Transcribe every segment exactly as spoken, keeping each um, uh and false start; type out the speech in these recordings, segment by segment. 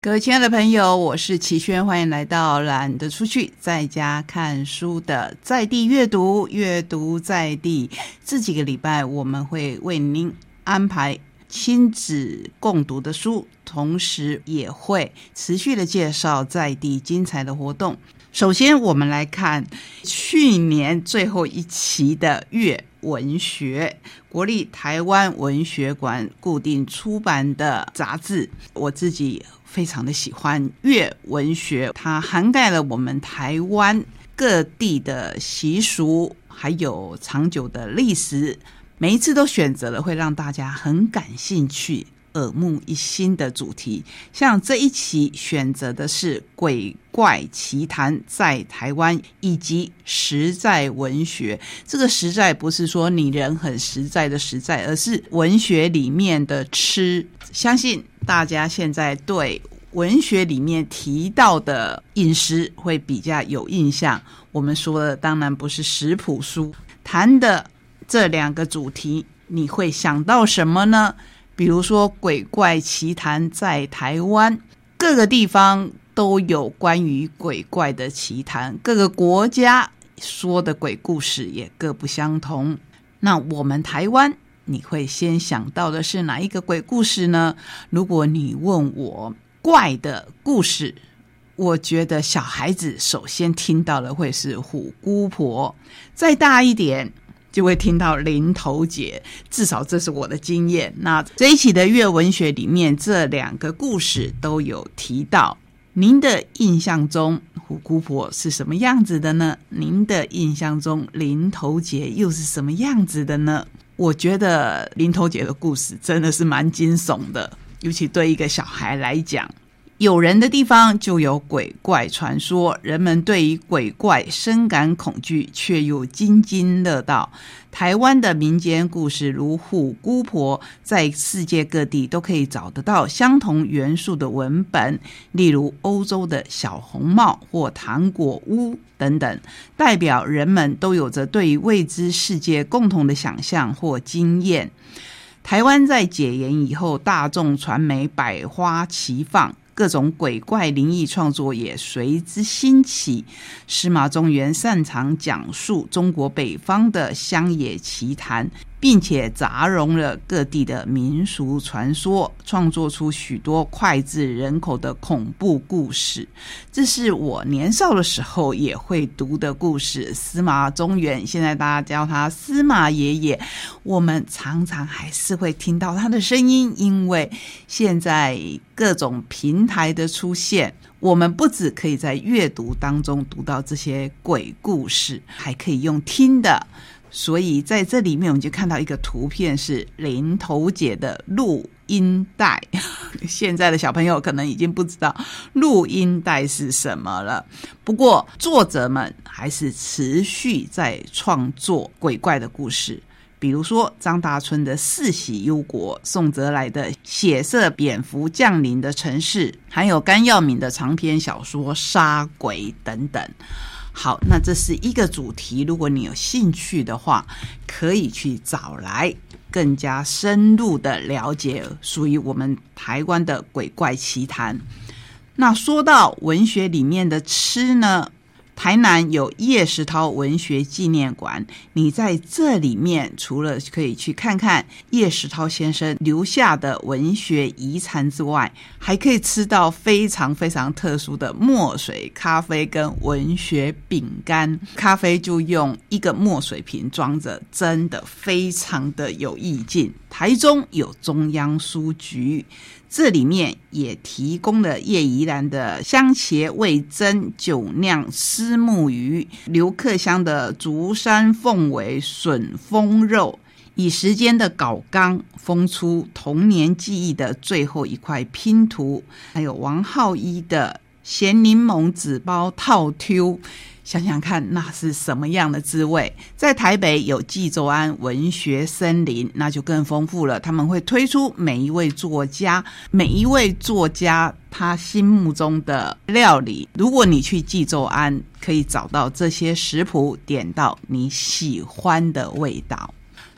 各位亲爱的朋友，我是齐轩，欢迎来到懒得出去在家看书的在地阅读，阅读在地。这几个礼拜我们会为您安排亲子共读的书，同时也会持续的介绍在地精彩的活动。首先我们来看去年最后一期的月文学，国立台湾文学馆固定出版的杂志，我自己非常的喜欢月文学，它涵盖了我们台湾各地的习俗，还有长久的历史，每一次都选择了会让大家很感兴趣耳目一新的主题。像这一期选择的是鬼怪奇谈在台湾，以及实在文学。这个实在不是说你人很实在的实在，而是文学里面的吃。相信大家现在对文学里面提到的饮食会比较有印象，我们说的当然不是食谱书。谈的这两个主题你会想到什么呢？比如说鬼怪奇谈在台湾，各个地方都有关于鬼怪的奇谈，各个国家说的鬼故事也各不相同。那我们台湾你会先想到的是哪一个鬼故事呢？如果你问我怪的故事，我觉得小孩子首先听到的会是虎姑婆，再大一点就会听到林头姐，至少这是我的经验。那这一期的月文学里面，这两个故事都有提到。您的印象中虎姑婆是什么样子的呢？您的印象中林头姐又是什么样子的呢？我觉得林头姐的故事真的是蛮惊悚的，尤其对一个小孩来讲。有人的地方就有鬼怪传说，人们对于鬼怪深感恐惧，却又津津乐道。台湾的民间故事如虎姑婆，在世界各地都可以找得到相同元素的文本，例如欧洲的小红帽或糖果屋等等，代表人们都有着对于未知世界共同的想象或经验。台湾在解严以后，大众传媒百花齐放，各种鬼怪灵异创作也随之兴起。司马中原擅长讲述中国北方的乡野奇谈，并且杂融了各地的民俗传说，创作出许多脍炙人口的恐怖故事。这是我年少的时候也会读的故事。司马中原，现在大家叫他司马爷爷，我们常常还是会听到他的声音，因为现在各种平台的出现，我们不只可以在阅读当中读到这些鬼故事，还可以用听的。所以在这里面我们就看到一个图片，是林头姐的录音带。现在的小朋友可能已经不知道录音带是什么了，不过作者们还是持续在创作鬼怪的故事。比如说张大春的四喜忧国，宋泽来的血色蝙蝠降临的城市，还有甘耀敏的长篇小说杀鬼等等。好，那这是一个主题，如果你有兴趣的话，可以去找来更加深入的了解属于我们台湾的鬼怪奇谈。那说到文学里面的吃呢，台南有叶石涛文学纪念馆，你在这里面除了可以去看看叶石涛先生留下的文学遗产之外，还可以吃到非常非常特殊的墨水咖啡跟文学饼干。咖啡就用一个墨水瓶装着，真的非常的有意境。台中有中央书局，这里面也提供了叶宜兰的香茄味噌酒酿虱目鱼，刘克乡的竹山凤尾笋风肉，以时间的搞纲封出童年记忆的最后一块拼图，还有王浩一的咸柠檬纸包套 Q，想想看那是什么样的滋味。在台北有纪州安文学森林，那就更丰富了，他们会推出每一位作家每一位作家他心目中的料理，如果你去纪州安可以找到这些食谱，点到你喜欢的味道。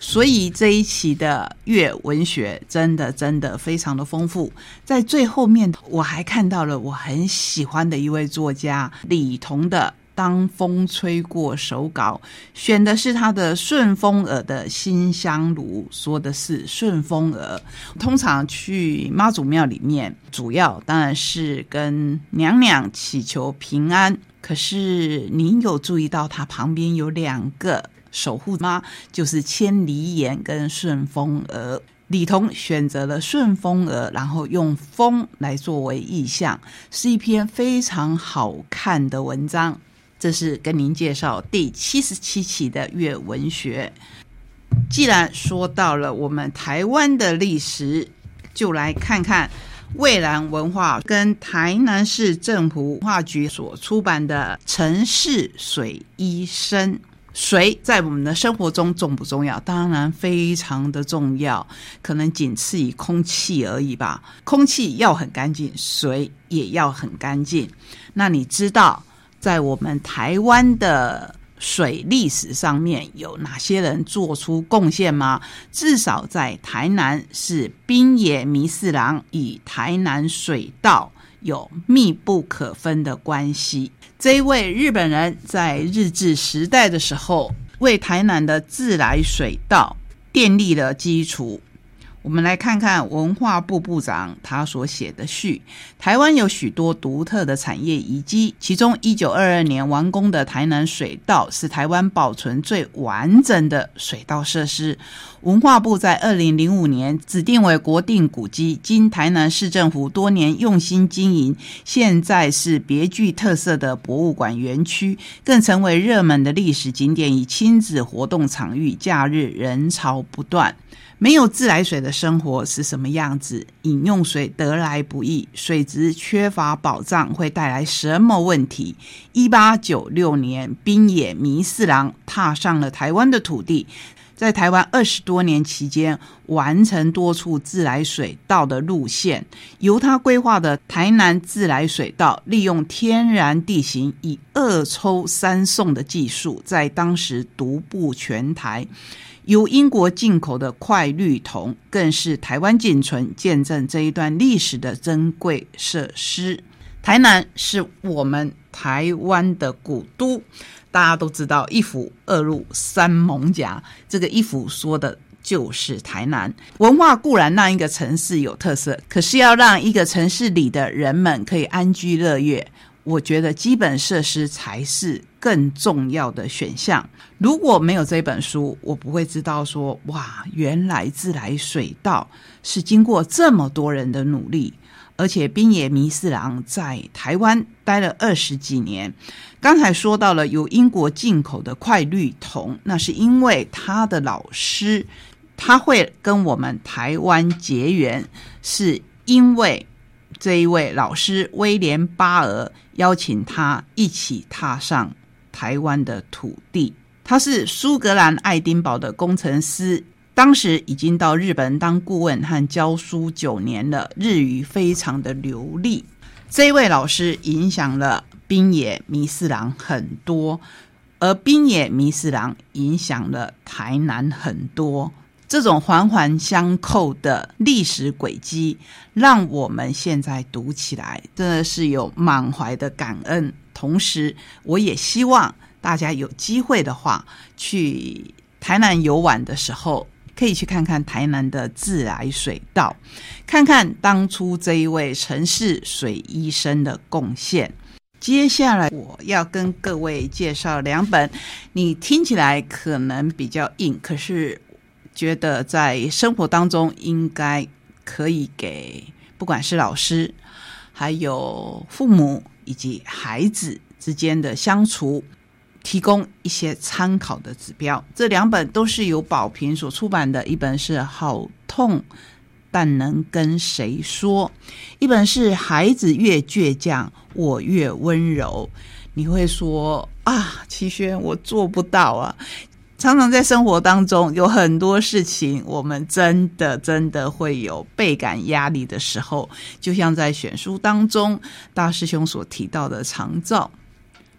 所以这一期的粤文学真的真的非常的丰富。在最后面我还看到了我很喜欢的一位作家李彤的当风吹过手稿，选的是他的顺风耳的新香炉，说的是顺风耳。通常去妈祖庙里面主要当然是跟娘娘祈求平安，可是您有注意到它旁边有两个守护吗？就是千里眼跟顺风耳。李彤选择了顺风耳，然后用风来作为意象，是一篇非常好看的文章。这是跟您介绍第七十七期的粤文学。既然说到了我们台湾的历史，就来看看蔚蓝文化跟台南市政府文化局所出版的《城市水医生》。水在我们的生活中重不重要？当然非常的重要，可能仅次于空气而已吧。空气要很干净，水也要很干净。那你知道在我们台湾的水历史上面有哪些人做出贡献吗？至少在台南是滨野弥四郎与台南水道有密不可分的关系。这一位日本人在日治时代的时候，为台南的自来水道奠立了基础。我们来看看文化部部长他所写的序。台湾有许多独特的产业遗迹，其中一九二二年完工的台南水道是台湾保存最完整的水道设施。文化部在二零零五年指定为国定古迹，经台南市政府多年用心经营，现在是别具特色的博物馆园区，更成为热门的历史景点与亲子活动场域，假日人潮不断。没有自来水的生活是什么样子？饮用水得来不易，水质缺乏保障会带来什么问题？一八九六年，滨野弥四郎踏上了台湾的土地，在台湾二十多年期间，完成多处自来水道的路线。由他规划的台南自来水道，利用天然地形，以二抽三送的技术，在当时独步全台。由英国进口的快氯铜更是台湾仅存见证这一段历史的珍贵设施。台南是我们台湾的古都，大家都知道一府二路三艋舺，这个一府说的就是台南。文化固然让一个城市有特色，可是要让一个城市里的人们可以安居乐业，我觉得基本设施才是更重要的选项。如果没有这本书，我不会知道说，哇，原来自来水道是经过这么多人的努力，而且滨野弥四郎在台湾待了二十几年。刚才说到了有英国进口的快氯铜，那是因为他的老师他会跟我们台湾结缘，是因为这一位老师威廉巴尔邀请他一起踏上台湾的土地。他是苏格兰爱丁堡的工程师，当时已经到日本当顾问和教书九年了，日语非常的流利。这一位老师影响了滨野弥四郎很多，而滨野弥四郎影响了台南很多。这种环环相扣的历史轨迹，让我们现在读起来真的是有满怀的感恩。同时我也希望大家有机会的话，去台南游玩的时候，可以去看看台南的自来水道，看看当初这一位城市水医生的贡献。接下来我要跟各位介绍两本你听起来可能比较硬，可是觉得在生活当中应该可以给不管是老师还有父母以及孩子之间的相处提供一些参考的指标。这两本都是由宝瓶所出版的，一本是《好痛但能跟谁说》，一本是孩子越倔强我越温柔。你会说啊，齐轩，我做不到啊。常常在生活当中有很多事情，我们真的真的会有倍感压力的时候，就像在选书当中大师兄所提到的长照。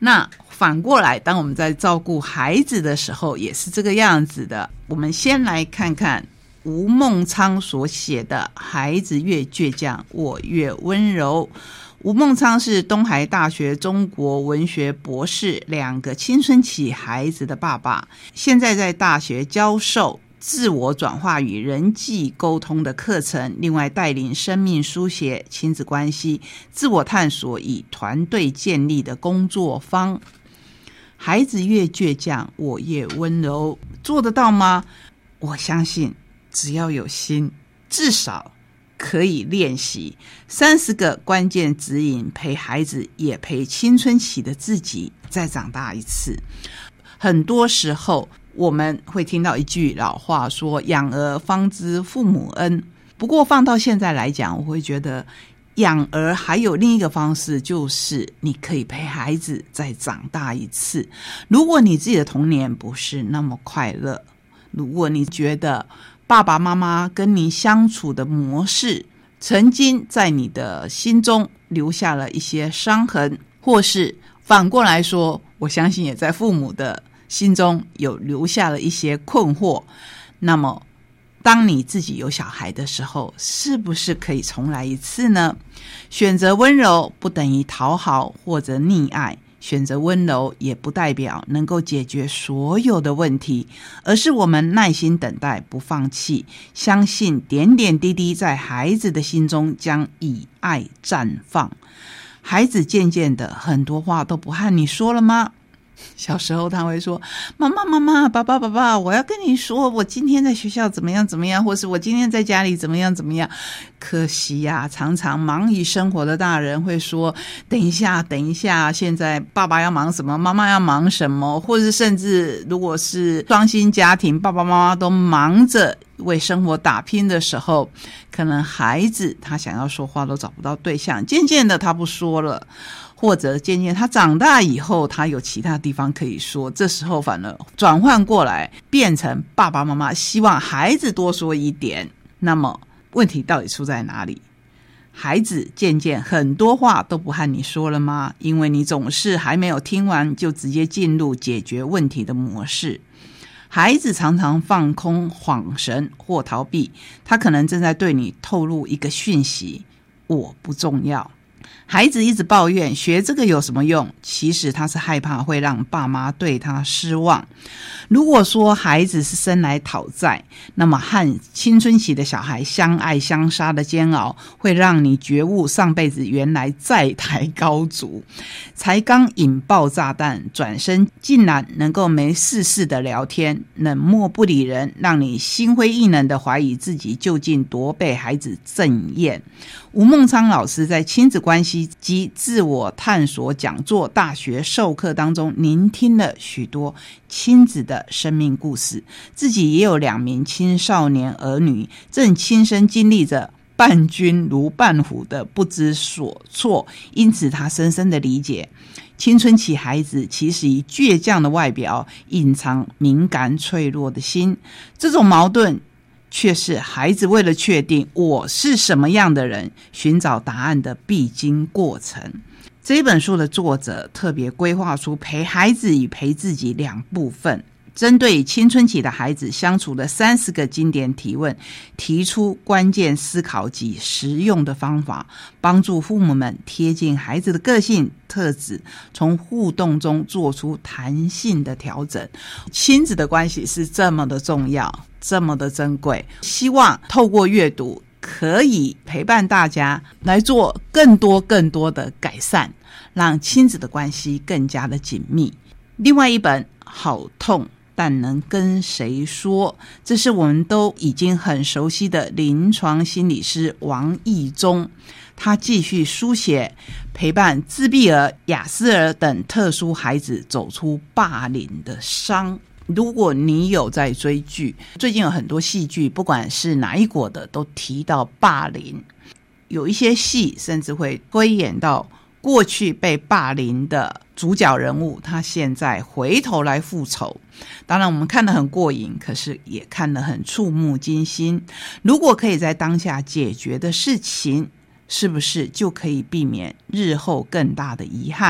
那反过来，当我们在照顾孩子的时候也是这个样子的。我们先来看看吴孟昌所写的《孩子越倔强，我越温柔》。吴孟昌是东海大学中国文学博士，两个青春期孩子的爸爸，现在在大学教授自我转化与人际沟通的课程，另外带领生命书写、亲子关系、自我探索与团队建立的工作坊。孩子越倔强，我越温柔，做得到吗？我相信只要有心，至少可以练习。三十个关键指引，陪孩子也陪青春期的自己再长大一次。很多时候我们会听到一句老话说，养儿方知父母恩。不过放到现在来讲，我会觉得养儿还有另一个方式，就是你可以陪孩子再长大一次。如果你自己的童年不是那么快乐，如果你觉得爸爸妈妈跟你相处的模式曾经在你的心中留下了一些伤痕，或是反过来说，我相信也在父母的心中有留下了一些困惑，那么当你自己有小孩的时候，是不是可以重来一次呢？选择温柔不等于讨好或者溺爱，选择温柔也不代表能够解决所有的问题，而是我们耐心等待，不放弃，相信点点滴滴在孩子的心中将以爱绽放。孩子渐渐的很多话都不和你说了吗？小时候他会说，妈妈妈妈爸爸爸爸，我要跟你说我今天在学校怎么样怎么样，或是我今天在家里怎么样怎么样。可惜呀、啊，常常忙于生活的大人会说，等一下等一下，现在爸爸要忙什么，妈妈要忙什么，或是甚至如果是双薪家庭，爸爸妈妈都忙着为生活打拼的时候，可能孩子他想要说话都找不到对象，渐渐的他不说了，或者渐渐他长大以后他有其他地方可以说，这时候反而转换过来变成爸爸妈妈希望孩子多说一点。那么问题到底出在哪里？孩子渐渐很多话都不和你说了吗？因为你总是还没有听完就直接进入解决问题的模式。孩子常常放空、恍神或逃避，他可能正在对你透露一个讯息，我不重要。孩子一直抱怨学这个有什么用，其实他是害怕会让爸妈对他失望。如果说孩子是生来讨债，那么和青春期的小孩相爱相杀的煎熬，会让你觉悟上辈子原来债台高筑，才刚引爆炸弹，转身竟然能够没事事的聊天，冷漠不理人，让你心灰意冷的怀疑自己究竟多被孩子憎厌。吴孟昌老师在亲子关系及自我探索讲座大学授课当中，聆听了许多亲子的生命故事，自己也有两名青少年儿女，正亲身经历着伴君如伴虎的不知所措，因此他深深的理解青春期孩子其实以倔强的外表隐藏敏感脆弱的心，这种矛盾却是孩子为了确定我是什么样的人，寻找答案的必经过程。这本书的作者特别规划出陪孩子与陪自己两部分，针对青春期的孩子相处的三十个经典提问，提出关键思考及实用的方法，帮助父母们贴近孩子的个性特质，从互动中做出弹性的调整。亲子的关系是这么的重要，这么的珍贵，希望透过阅读可以陪伴大家来做更多更多的改善，让亲子的关系更加的紧密。另外一本好痛但能跟谁说，这是我们都已经很熟悉的临床心理师王义中，他继续书写陪伴自闭儿、亚斯儿等特殊孩子走出霸凌的伤。如果你有在追剧，最近有很多戏剧，不管是哪一国的，都提到霸凌，有一些戏甚至会推演到过去被霸凌的主角人物，他现在回头来复仇。当然我们看得很过瘾，可是也看得很触目惊心。如果可以在当下解决的事情，是不是就可以避免日后更大的遗憾？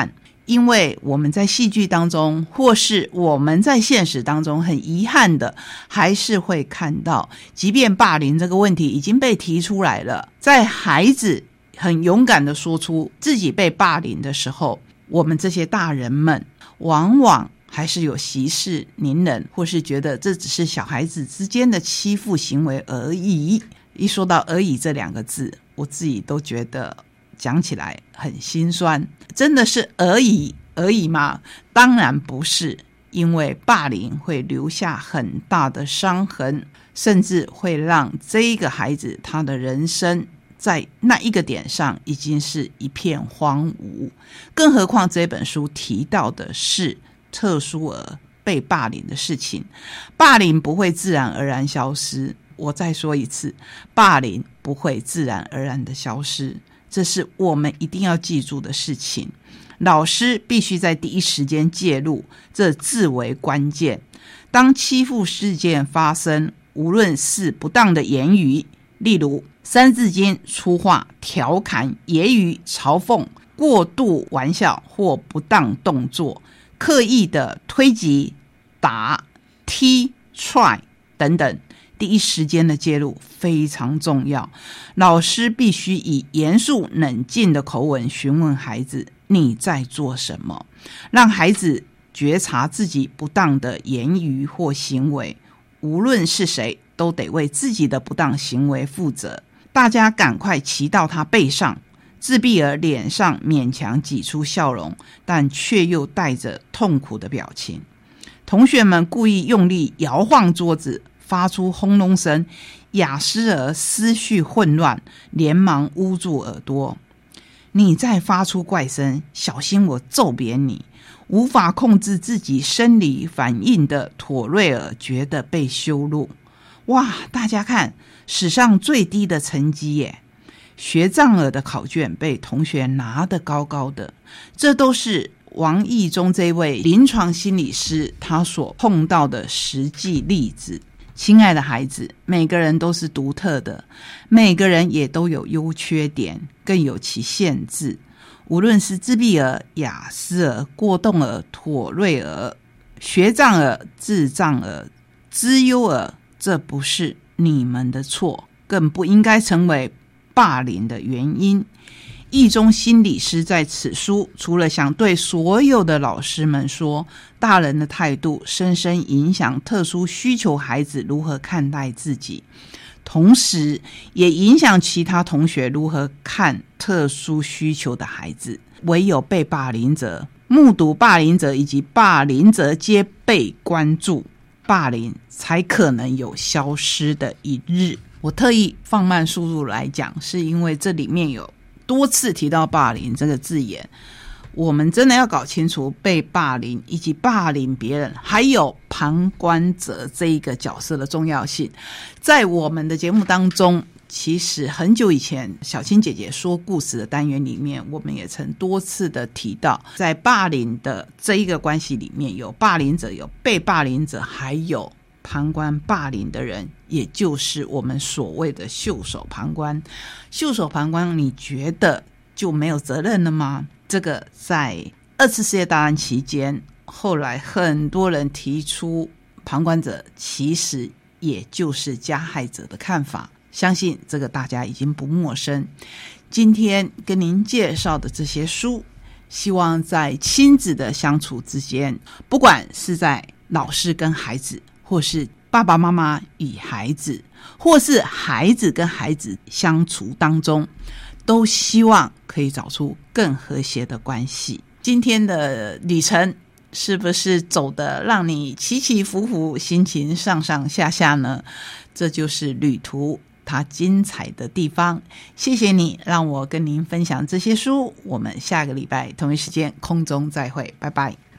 因为我们在戏剧当中，或是我们在现实当中，很遗憾的还是会看到，即便霸凌这个问题已经被提出来了，在孩子很勇敢的说出自己被霸凌的时候，我们这些大人们往往还是有息事宁人，或是觉得这只是小孩子之间的欺负行为而已。一说到而已这两个字，我自己都觉得讲起来很心酸。真的是而已而已吗？当然不是，因为霸凌会留下很大的伤痕，甚至会让这一个孩子他的人生在那一个点上已经是一片荒芜。更何况这本书提到的是特殊儿被霸凌的事情，霸凌不会自然而然消失。我再说一次，霸凌不会自然而然的消失，这是我们一定要记住的事情。老师必须在第一时间介入，这至为关键。当欺负事件发生，无论是不当的言语，例如三字经、粗话、调侃、揶揄、嘲讽、过度玩笑或不当动作，刻意的推挤、打、踢、踹等等，第一时间的介入非常重要。老师必须以严肃冷静的口吻询问孩子你在做什么，让孩子觉察自己不当的言语或行为，无论是谁都得为自己的不当行为负责。大家赶快骑到他背上，自闭儿脸上勉强挤出笑容，但却又带着痛苦的表情。同学们故意用力摇晃桌子，发出轰隆声，雅思儿思绪混乱，连忙捂住耳朵。你再发出怪声，小心我揍扁你。无法控制自己生理反应的妥瑞尔觉得被羞辱。哇，大家看，史上最低的成绩耶！学障儿的考卷被同学拿得高高的，这都是王义忠这位临床心理师他所碰到的实际例子。亲爱的孩子，每个人都是独特的，每个人也都有优缺点，更有其限制。无论是自闭儿、雅思儿、过动儿、妥瑞儿、学障儿、智障儿、资优儿，这不是你们的错，更不应该成为霸凌的原因。义中心理师在此书除了想对所有的老师们说，大人的态度深深影响特殊需求孩子如何看待自己，同时也影响其他同学如何看特殊需求的孩子。唯有被霸凌者目睹霸凌者以及霸凌者皆被关注，霸凌才可能有消失的一日。我特意放慢速度来讲，是因为这里面有多次提到霸凌这个字眼，我们真的要搞清楚被霸凌以及霸凌别人还有旁观者这一个角色的重要性。在我们的节目当中，其实很久以前小青姐姐说故事的单元里面，我们也曾多次的提到，在霸凌的这一个关系里面，有霸凌者，有被霸凌者，还有旁观霸凌的人，也就是我们所谓的袖手旁观。袖手旁观，你觉得就没有责任了吗？这个在二次世界大战期间，后来很多人提出旁观者其实也就是加害者的看法，相信这个大家已经不陌生。今天跟您介绍的这些书，希望在亲子的相处之间，不管是在老师跟孩子，或是爸爸妈妈与孩子，或是孩子跟孩子相处当中，都希望可以找出更和谐的关系。今天的旅程是不是走得让你起起伏伏，心情上上下下呢？这就是旅途它精彩的地方。谢谢你让我跟您分享这些书，我们下个礼拜同一时间空中再会，拜拜。